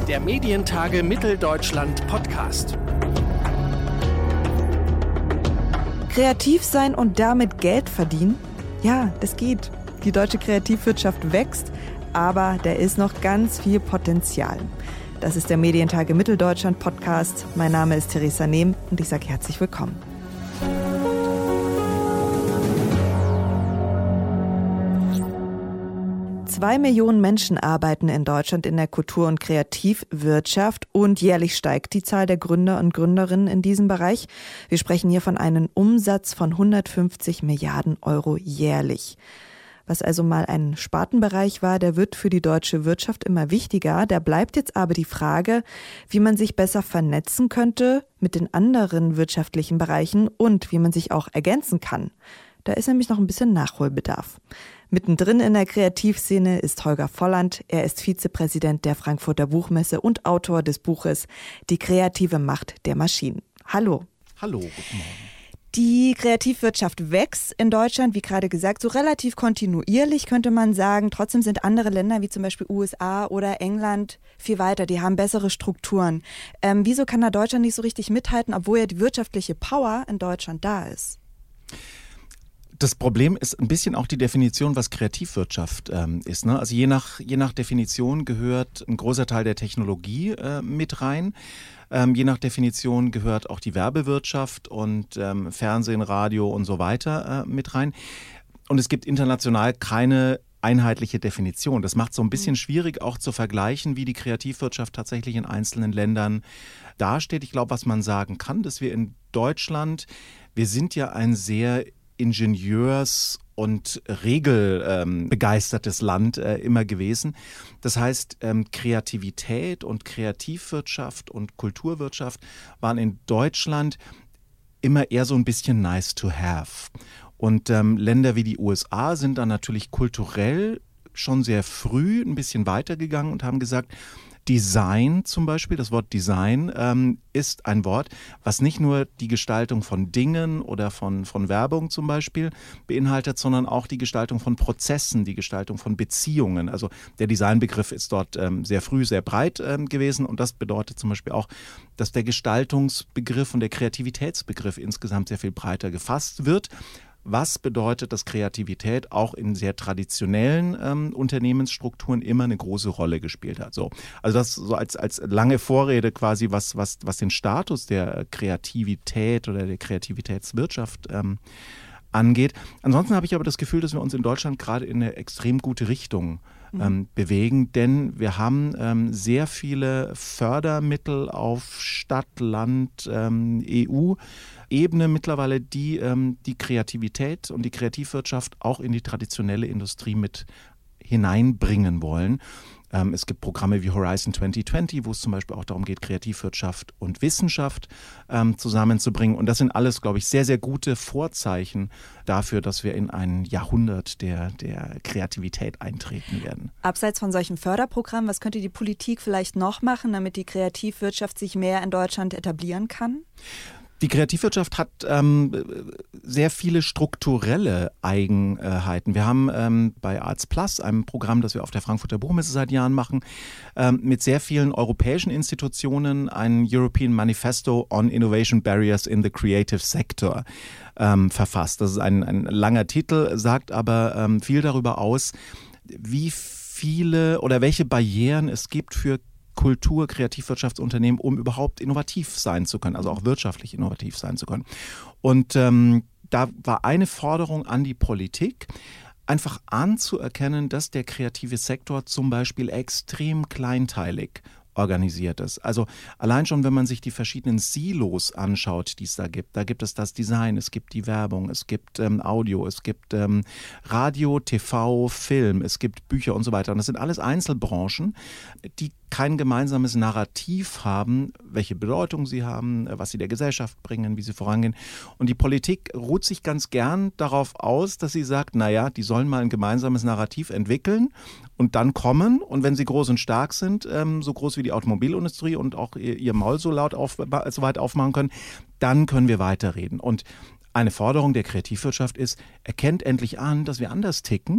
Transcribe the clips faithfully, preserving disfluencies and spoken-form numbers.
Der Medientage Mitteldeutschland Podcast. Kreativ sein und damit Geld verdienen? Ja, es geht. Die deutsche Kreativwirtschaft wächst, aber da ist noch ganz viel Potenzial. Das ist der Medientage Mitteldeutschland Podcast. Mein Name ist Theresa Nehm und ich sage herzlich willkommen. Zwei Millionen Menschen arbeiten in Deutschland in der Kultur- und Kreativwirtschaft und jährlich steigt die Zahl der Gründer und Gründerinnen in diesem Bereich. Wir sprechen hier von einem Umsatz von hundertfünfzig Milliarden Euro jährlich. Was also mal ein Spartenbereich war, der wird für die deutsche Wirtschaft immer wichtiger. Da bleibt jetzt aber die Frage, wie man sich besser vernetzen könnte mit den anderen wirtschaftlichen Bereichen und wie man sich auch ergänzen kann. Da ist nämlich noch ein bisschen Nachholbedarf. Mittendrin in der Kreativszene ist Holger Volland. Er ist Vizepräsident der Frankfurter Buchmesse und Autor des Buches Die kreative Macht der Maschinen. Hallo. Hallo, guten Morgen. Die Kreativwirtschaft wächst in Deutschland, wie gerade gesagt, so relativ kontinuierlich könnte man sagen. Trotzdem sind andere Länder wie zum Beispiel U S A oder England viel weiter. Die haben bessere Strukturen. Ähm, wieso kann da Deutschland nicht so richtig mithalten, obwohl ja die wirtschaftliche Power in Deutschland da ist? Das Problem ist ein bisschen auch die Definition, was Kreativwirtschaft ähm, ist. Ne? Also je nach, je nach Definition gehört ein großer Teil der Technologie äh, mit rein. Ähm, je nach Definition gehört auch die Werbewirtschaft und ähm, Fernsehen, Radio und so weiter äh, mit rein. Und es gibt international keine einheitliche Definition. Das macht es so ein bisschen schwierig auch zu vergleichen, wie die Kreativwirtschaft tatsächlich in einzelnen Ländern dasteht. Ich glaube, was man sagen kann, dass wir in Deutschland, wir sind ja ein sehr Ingenieurs- und regelbegeistertes ähm, Land äh, immer gewesen. Das heißt, ähm, Kreativität und Kreativwirtschaft und Kulturwirtschaft waren in Deutschland immer eher so ein bisschen nice to have. Und ähm, Länder wie die U S A sind dann natürlich kulturell schon sehr früh ein bisschen weitergegangen und haben gesagt, Design zum Beispiel, das Wort Design ähm, ist ein Wort, was nicht nur die Gestaltung von Dingen oder von, von Werbung zum Beispiel beinhaltet, sondern auch die Gestaltung von Prozessen, die Gestaltung von Beziehungen. Also der Designbegriff ist dort ähm, sehr früh, sehr breit ähm, gewesen und das bedeutet zum Beispiel auch, dass der Gestaltungsbegriff und der Kreativitätsbegriff insgesamt sehr viel breiter gefasst wird. Was bedeutet, dass Kreativität auch in sehr traditionellen ähm, Unternehmensstrukturen immer eine große Rolle gespielt hat. So, also das so als, als lange Vorrede quasi, was, was, was den Status der Kreativität oder der Kreativitätswirtschaft ähm, angeht. Ansonsten habe ich aber das Gefühl, dass wir uns in Deutschland gerade in eine extrem gute Richtung ähm, bewegen, denn wir haben ähm, sehr viele Fördermittel auf Stadt, Land, ähm, E U-Ebene mittlerweile, die ähm, die Kreativität und die Kreativwirtschaft auch in die traditionelle Industrie mit hineinbringen wollen. Ähm, es gibt Programme wie Horizon zwanzig zwanzig, wo es zum Beispiel auch darum geht, Kreativwirtschaft und Wissenschaft ähm, zusammenzubringen. Und das sind alles, glaube ich, sehr, sehr gute Vorzeichen dafür, dass wir in ein Jahrhundert der, der Kreativität eintreten werden. Abseits von solchen Förderprogrammen, was könnte die Politik vielleicht noch machen, damit die Kreativwirtschaft sich mehr in Deutschland etablieren kann? Die Kreativwirtschaft hat ähm, sehr viele strukturelle Eigenheiten. Wir haben ähm, bei Arts Plus, einem Programm, das wir auf der Frankfurter Buchmesse seit Jahren machen, ähm, mit sehr vielen europäischen Institutionen ein European Manifesto on Innovation Barriers in the Creative Sector ähm, verfasst. Das ist ein, ein langer Titel, sagt aber ähm, viel darüber aus, wie viele oder welche Barrieren es gibt für Kultur-, Kreativwirtschaftsunternehmen, um überhaupt innovativ sein zu können, also auch wirtschaftlich innovativ sein zu können. Und ähm, da war eine Forderung an die Politik, einfach anzuerkennen, dass der kreative Sektor zum Beispiel extrem kleinteilig organisiert ist. Also allein schon, wenn man sich die verschiedenen Silos anschaut, die es da gibt. Da gibt es das Design, es gibt die Werbung, es gibt ähm, Audio, es gibt ähm, Radio, T V, Film, es gibt Bücher und so weiter. Und das sind alles Einzelbranchen, die kein gemeinsames Narrativ haben, welche Bedeutung sie haben, was sie der Gesellschaft bringen, wie sie vorangehen. Und die Politik ruht sich ganz gern darauf aus, dass sie sagt, naja, die sollen mal ein gemeinsames Narrativ entwickeln und dann kommen. Und wenn sie groß und stark sind, ähm, so groß wie die Automobilindustrie und auch ihr, ihr Maul so laut auf, so weit aufmachen können, dann können wir weiterreden. Und eine Forderung der Kreativwirtschaft ist, erkennt endlich an, dass wir anders ticken,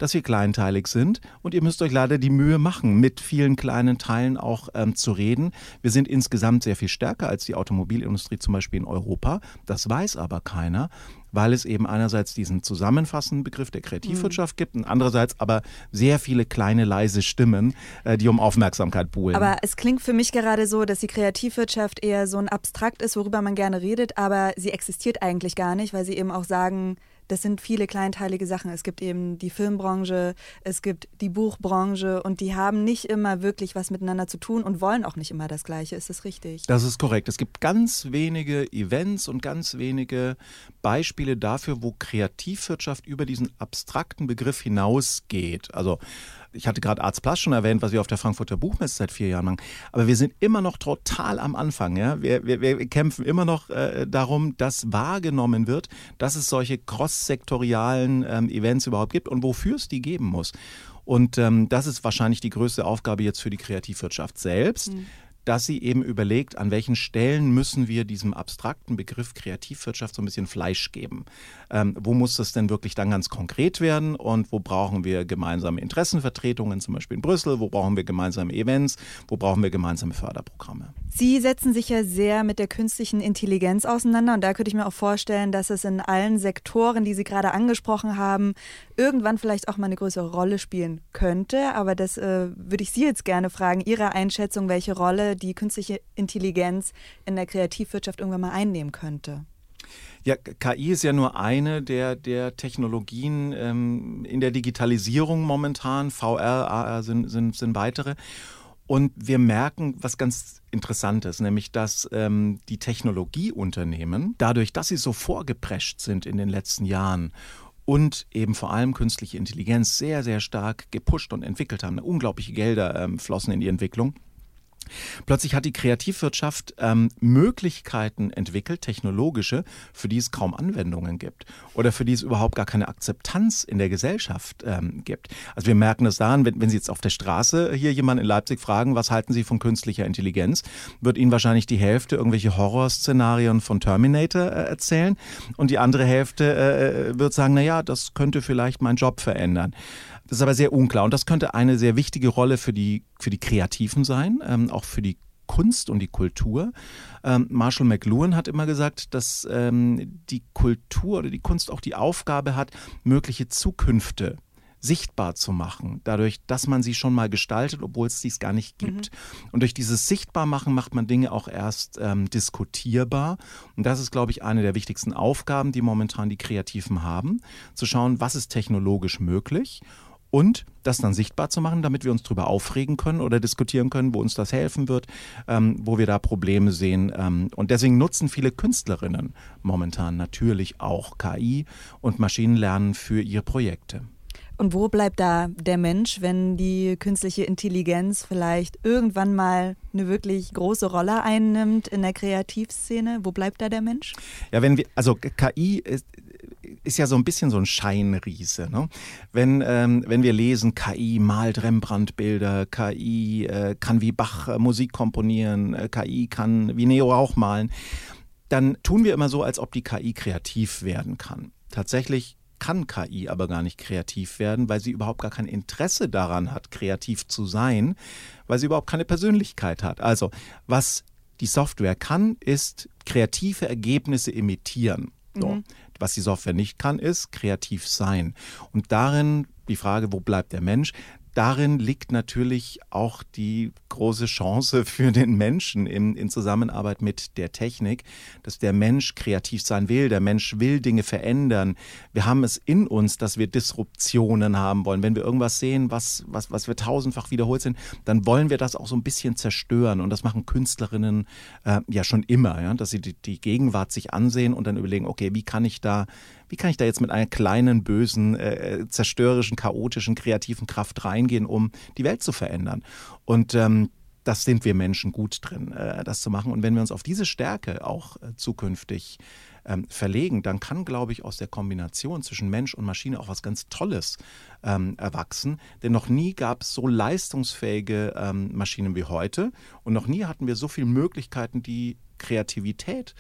dass wir kleinteilig sind und ihr müsst euch leider die Mühe machen, mit vielen kleinen Teilen auch ähm, zu reden. Wir sind insgesamt sehr viel stärker als die Automobilindustrie zum Beispiel in Europa. Das weiß aber keiner, weil es eben einerseits diesen zusammenfassenden Begriff der Kreativwirtschaft gibt und andererseits aber sehr viele kleine, leise Stimmen, äh, die um Aufmerksamkeit buhlen. Aber es klingt für mich gerade so, dass die Kreativwirtschaft eher so ein Abstrakt ist, worüber man gerne redet, aber sie existiert eigentlich gar nicht, weil sie eben auch sagen, das sind viele kleinteilige Sachen. Es gibt eben die Filmbranche, es gibt die Buchbranche und die haben nicht immer wirklich was miteinander zu tun und wollen auch nicht immer das Gleiche. Ist das richtig? Das ist korrekt. Es gibt ganz wenige Events und ganz wenige Beispiele dafür, wo Kreativwirtschaft über diesen abstrakten Begriff hinausgeht. Also ich hatte gerade Arts Plus schon erwähnt, was wir auf der Frankfurter Buchmesse seit vier Jahren machen. Aber wir sind immer noch total am Anfang. Ja? Wir, wir, wir kämpfen immer noch äh, darum, dass wahrgenommen wird, dass es solche cross-sektorialen ähm, Events überhaupt gibt und wofür es die geben muss. Und ähm, das ist wahrscheinlich die größte Aufgabe jetzt für die Kreativwirtschaft selbst. Mhm. Dass sie eben überlegt, an welchen Stellen müssen wir diesem abstrakten Begriff Kreativwirtschaft so ein bisschen Fleisch geben. Ähm, wo muss das denn wirklich dann ganz konkret werden und wo brauchen wir gemeinsame Interessenvertretungen, zum Beispiel in Brüssel, wo brauchen wir gemeinsame Events, wo brauchen wir gemeinsame Förderprogramme. Sie setzen sich ja sehr mit der künstlichen Intelligenz auseinander und da könnte ich mir auch vorstellen, dass es in allen Sektoren, die Sie gerade angesprochen haben, irgendwann vielleicht auch mal eine größere Rolle spielen könnte. Aber das äh, würde ich Sie jetzt gerne fragen, Ihre Einschätzung, welche Rolle die künstliche Intelligenz in der Kreativwirtschaft irgendwann mal einnehmen könnte. Ja, K I ist ja nur eine der, der Technologien ähm, in der Digitalisierung momentan. V R, A R sind, sind, sind weitere. Und wir merken was ganz Interessantes, nämlich dass ähm, die Technologieunternehmen, dadurch, dass sie so vorgeprescht sind in den letzten Jahren und eben vor allem künstliche Intelligenz sehr, sehr stark gepusht und entwickelt haben, unglaubliche Gelder ähm, flossen in die Entwicklung. Plötzlich hat die Kreativwirtschaft ähm, Möglichkeiten entwickelt, technologische, für die es kaum Anwendungen gibt oder für die es überhaupt gar keine Akzeptanz in der Gesellschaft ähm, gibt. Also wir merken das daran, wenn, wenn Sie jetzt auf der Straße hier jemanden in Leipzig fragen, was halten Sie von künstlicher Intelligenz, wird Ihnen wahrscheinlich die Hälfte irgendwelche Horrorszenarien von Terminator äh, erzählen und die andere Hälfte äh, wird sagen, naja, das könnte vielleicht meinen Job verändern. Das ist aber sehr unklar und das könnte eine sehr wichtige Rolle für die, für die Kreativen sein, ähm, auch für die Kunst und die Kultur. Ähm, Marshall McLuhan hat immer gesagt, dass ähm, die Kultur oder die Kunst auch die Aufgabe hat, mögliche Zukünfte sichtbar zu machen, dadurch, dass man sie schon mal gestaltet, obwohl es dies gar nicht gibt. Mhm. Und durch dieses Sichtbarmachen macht man Dinge auch erst ähm, diskutierbar. Und das ist, glaube ich, eine der wichtigsten Aufgaben, die momentan die Kreativen haben, zu schauen, was ist technologisch möglich und das dann sichtbar zu machen, damit wir uns darüber aufregen können oder diskutieren können, wo uns das helfen wird, ähm, wo wir da Probleme sehen. Ähm, und deswegen nutzen viele Künstlerinnen momentan natürlich auch K I und Maschinenlernen für ihre Projekte. Und wo bleibt da der Mensch, wenn die künstliche Intelligenz vielleicht irgendwann mal eine wirklich große Rolle einnimmt in der Kreativszene? Wo bleibt da der Mensch? Ja, wenn wir, also K I ist, ist ja so ein bisschen so ein Scheinriese. Ne? Wenn, ähm, wenn wir lesen, K I malt Rembrandt-Bilder, K I äh, kann wie Bach äh, Musik komponieren, äh, K I kann wie Neo Rauch malen, dann tun wir immer so, als ob die K I kreativ werden kann. Tatsächlich kann K I aber gar nicht kreativ werden, weil sie überhaupt gar kein Interesse daran hat, kreativ zu sein, weil sie überhaupt keine Persönlichkeit hat. Also, was die Software kann, ist kreative Ergebnisse imitieren. So. Mhm. Was die Software nicht kann, ist kreativ sein. Und darin, die Frage, wo bleibt der Mensch? Darin liegt natürlich auch die große Chance für den Menschen in, in Zusammenarbeit mit der Technik, dass der Mensch kreativ sein will, der Mensch will Dinge verändern. Wir haben es in uns, dass wir Disruptionen haben wollen. Wenn wir irgendwas sehen, was, was, was wir tausendfach wiederholt sind, dann wollen wir das auch so ein bisschen zerstören. Und das machen Künstlerinnen äh, ja schon immer, ja? Dass sie die, die Gegenwart sich ansehen und dann überlegen, okay, wie kann ich da Wie kann ich da jetzt mit einer kleinen, bösen, äh, zerstörerischen, chaotischen, kreativen Kraft reingehen, um die Welt zu verändern? Und ähm, das sind wir Menschen gut drin, äh, das zu machen. Und wenn wir uns auf diese Stärke auch äh, zukünftig ähm, verlegen, dann kann, glaube ich, aus der Kombination zwischen Mensch und Maschine auch was ganz Tolles ähm, erwachsen. Denn noch nie gab es so leistungsfähige ähm, Maschinen wie heute. Und noch nie hatten wir so viele Möglichkeiten, die Kreativität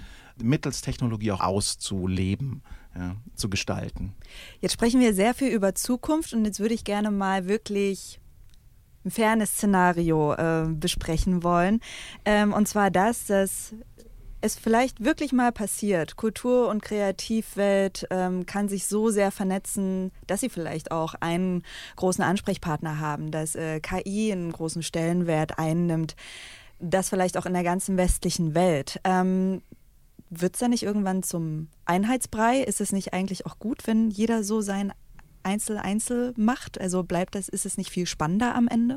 mittels Technologie auch auszuleben, ja, zu gestalten. Jetzt sprechen wir sehr viel über Zukunft und jetzt würde ich gerne mal wirklich ein fernes Szenario äh, besprechen wollen. Ähm, und zwar das, dass es vielleicht wirklich mal passiert. Kultur- und Kreativwelt ähm, kann sich so sehr vernetzen, dass sie vielleicht auch einen großen Ansprechpartner haben, dass äh, K I einen großen Stellenwert einnimmt, das vielleicht auch in der ganzen westlichen Welt. Ähm, wird es da nicht irgendwann zum Einheitsbrei? Ist es nicht eigentlich auch gut, wenn jeder so sein Einzel-Einzel macht? Also bleibt das, ist es nicht viel spannender am Ende?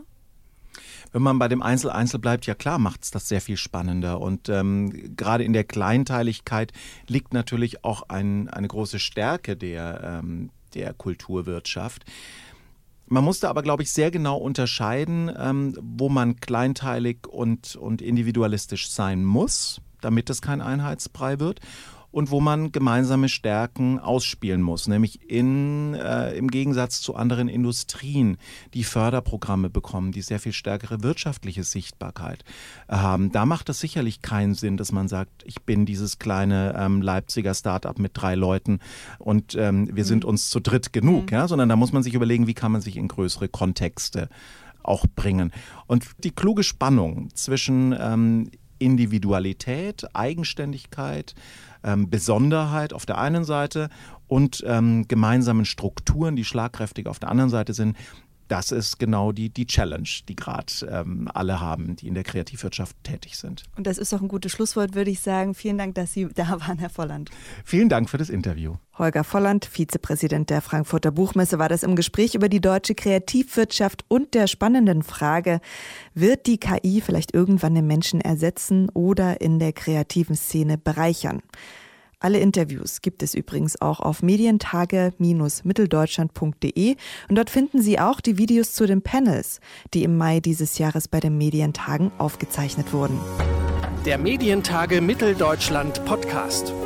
Wenn man bei dem Einzel-Einzel bleibt, ja klar, macht es das sehr viel spannender. Und ähm, gerade in der Kleinteiligkeit liegt natürlich auch ein, eine große Stärke der, ähm, der Kulturwirtschaft. Man muss da aber, glaube ich, sehr genau unterscheiden, ähm, wo man kleinteilig und, und individualistisch sein muss, damit es kein Einheitsbrei wird. Und wo man gemeinsame Stärken ausspielen muss, nämlich in, äh, im Gegensatz zu anderen Industrien, die Förderprogramme bekommen, die sehr viel stärkere wirtschaftliche Sichtbarkeit haben. Da macht es sicherlich keinen Sinn, dass man sagt, ich bin dieses kleine ähm, Leipziger Start-up mit drei Leuten und ähm, wir mhm. sind uns zu dritt genug, mhm. ja? Sondern da muss man sich überlegen, wie kann man sich in größere Kontexte auch bringen. Und die kluge Spannung zwischen ähm, Individualität, Eigenständigkeit, ähm, Besonderheit auf der einen Seite und ähm, gemeinsamen Strukturen, die schlagkräftig auf der anderen Seite sind, das ist genau die, die Challenge, die gerade ähm, alle haben, die in der Kreativwirtschaft tätig sind. Und das ist doch ein gutes Schlusswort, würde ich sagen. Vielen Dank, dass Sie da waren, Herr Volland. Vielen Dank für das Interview. Holger Volland, Vizepräsident der Frankfurter Buchmesse, war das im Gespräch über die deutsche Kreativwirtschaft und der spannenden Frage, wird die K I vielleicht irgendwann den Menschen ersetzen oder in der kreativen Szene bereichern? Alle Interviews gibt es übrigens auch auf medientage Bindestrich mitteldeutschland punkt de und dort finden Sie auch die Videos zu den Panels, die im Mai dieses Jahres bei den Medientagen aufgezeichnet wurden. Der Medientage Mitteldeutschland Podcast.